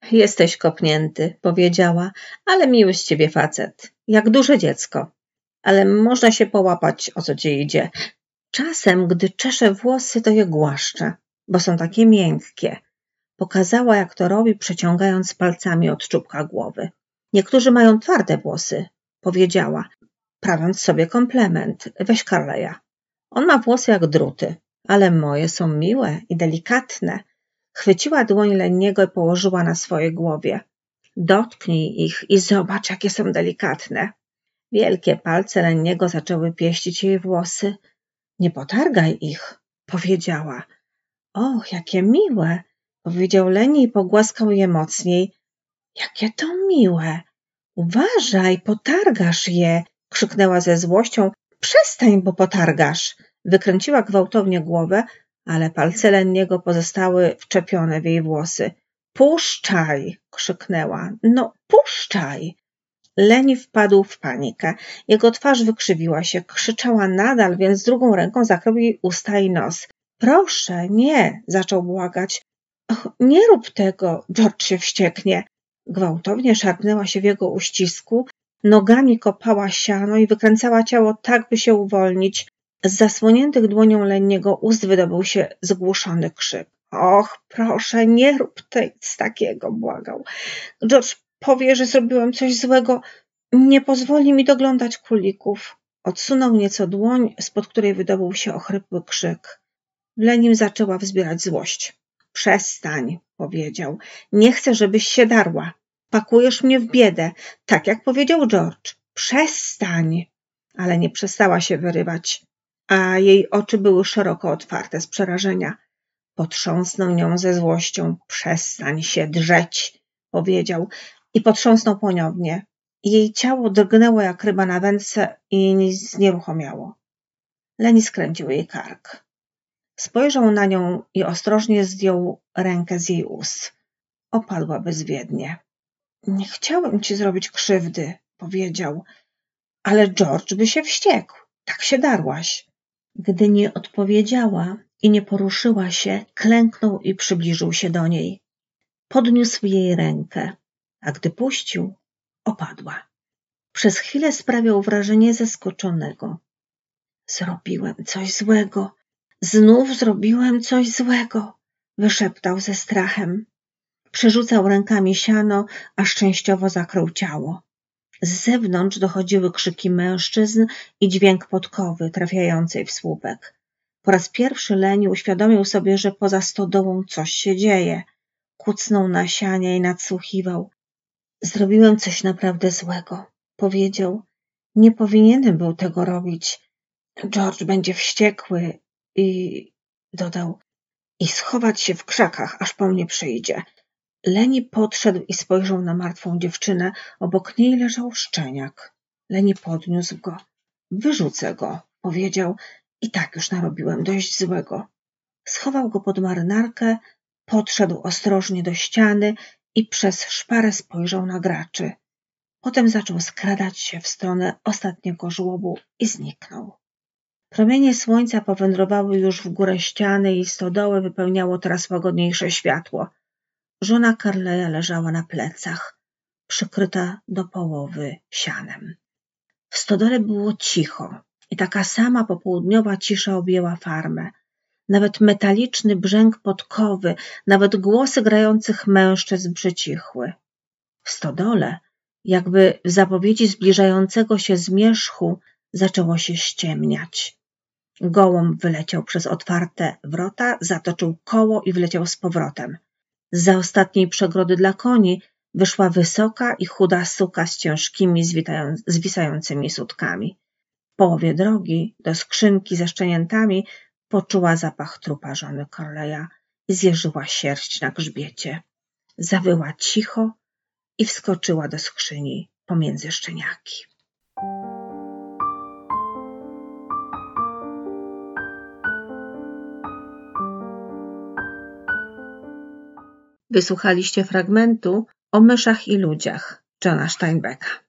Jesteś kopnięty, powiedziała, ale miły z ciebie facet, jak duże dziecko. Ale można się połapać, o co ci idzie. Czasem, gdy czeszę włosy, to je głaszczę, bo są takie miękkie. Pokazała, jak to robi, przeciągając palcami od czubka głowy. Niektórzy mają twarde włosy, powiedziała, prawiąc sobie komplement. Weź Carleya. On ma włosy jak druty, ale moje są miłe i delikatne. Chwyciła dłoń Lenniego i położyła na swojej głowie. Dotknij ich i zobacz, jakie są delikatne. Wielkie palce Lenniego zaczęły pieścić jej włosy. Nie potargaj ich, powiedziała. Och, jakie miłe, powiedział Lenni i pogłaskał je mocniej. Jakie to miłe. Uważaj, potargasz je, krzyknęła ze złością. Przestań, bo potargasz. Wykręciła gwałtownie głowę, ale palce Lenniego pozostały wczepione w jej włosy. Puszczaj, krzyknęła. No, puszczaj. Leni wpadł w panikę. Jego twarz wykrzywiła się. Krzyczała nadal, więc drugą ręką zakrył jej usta i nos. Proszę, nie, zaczął błagać. Och, nie rób tego, George się wścieknie. Gwałtownie szarpnęła się w jego uścisku, nogami kopała siano i wykręcała ciało tak, by się uwolnić. Z zasłoniętych dłonią Lenniego ust wydobył się zgłuszony krzyk. Och, proszę, nie rób nic takiego, błagał. George powie, że zrobiłem coś złego. Nie pozwoli mi doglądać królików. Odsunął nieco dłoń, spod której wydobył się ochrypły krzyk. W Lenim zaczęła wzbierać złość. Przestań, powiedział. Nie chcę, żebyś się darła. Pakujesz mnie w biedę, tak jak powiedział George. Przestań. Ale nie przestała się wyrywać, a jej oczy były szeroko otwarte z przerażenia. Potrząsnął nią ze złością. Przestań się drzeć, powiedział i potrząsnął ponownie. Jej ciało drgnęło jak ryba na wędce i znieruchomiało. Leni skręcił jej kark. Spojrzał na nią i ostrożnie zdjął rękę z jej ust. Opadła bezwiednie. Nie chciałem ci zrobić krzywdy, powiedział, ale George by się wściekł. Tak się darłaś. Gdy nie odpowiedziała i nie poruszyła się, klęknął i przybliżył się do niej. Podniósł jej rękę, a gdy puścił, opadła. Przez chwilę sprawiał wrażenie zaskoczonego. Zrobiłem coś złego. Znów zrobiłem coś złego, wyszeptał ze strachem. Przerzucał rękami siano, aż częściowo zakrył ciało. Z zewnątrz dochodziły krzyki mężczyzn i dźwięk podkowy trafiającej w słupek. Po raz pierwszy Leni uświadomił sobie, że poza stodołą coś się dzieje. Kucnął na sianie i nadsłuchiwał. Zrobiłem coś naprawdę złego, powiedział. Nie powinienem był tego robić. George będzie wściekły i, dodał, i schować się w krzakach, aż po mnie przyjdzie. Leni podszedł i spojrzał na martwą dziewczynę. Obok niej leżał szczeniak. Leni podniósł go. Wyrzucę go, powiedział. I tak już narobiłem dość złego. Schował go pod marynarkę, podszedł ostrożnie do ściany i przez szparę spojrzał na graczy. Potem zaczął skradać się w stronę ostatniego żłobu i zniknął. Promienie słońca powędrowały już w górę ściany i stodołę wypełniało teraz łagodniejsze światło. Żona Carleya leżała na plecach, przykryta do połowy sianem. W stodole było cicho i taka sama popołudniowa cisza objęła farmę. Nawet metaliczny brzęk podkowy, nawet głosy grających mężczyzn przycichły. W stodole, jakby w zapowiedzi zbliżającego się zmierzchu, zaczęło się ściemniać. Gołąb wyleciał przez otwarte wrota, zatoczył koło i wleciał z powrotem. Zza ostatniej przegrody dla koni wyszła wysoka i chuda suka z ciężkimi, zwisającymi sutkami. W połowie drogi do skrzynki ze szczeniętami poczuła zapach trupa żony Carleya i zjeżyła sierść na grzbiecie. Zawyła cicho i wskoczyła do skrzyni pomiędzy szczeniaki. Wysłuchaliście fragmentu o myszach i ludziach Johna Steinbecka.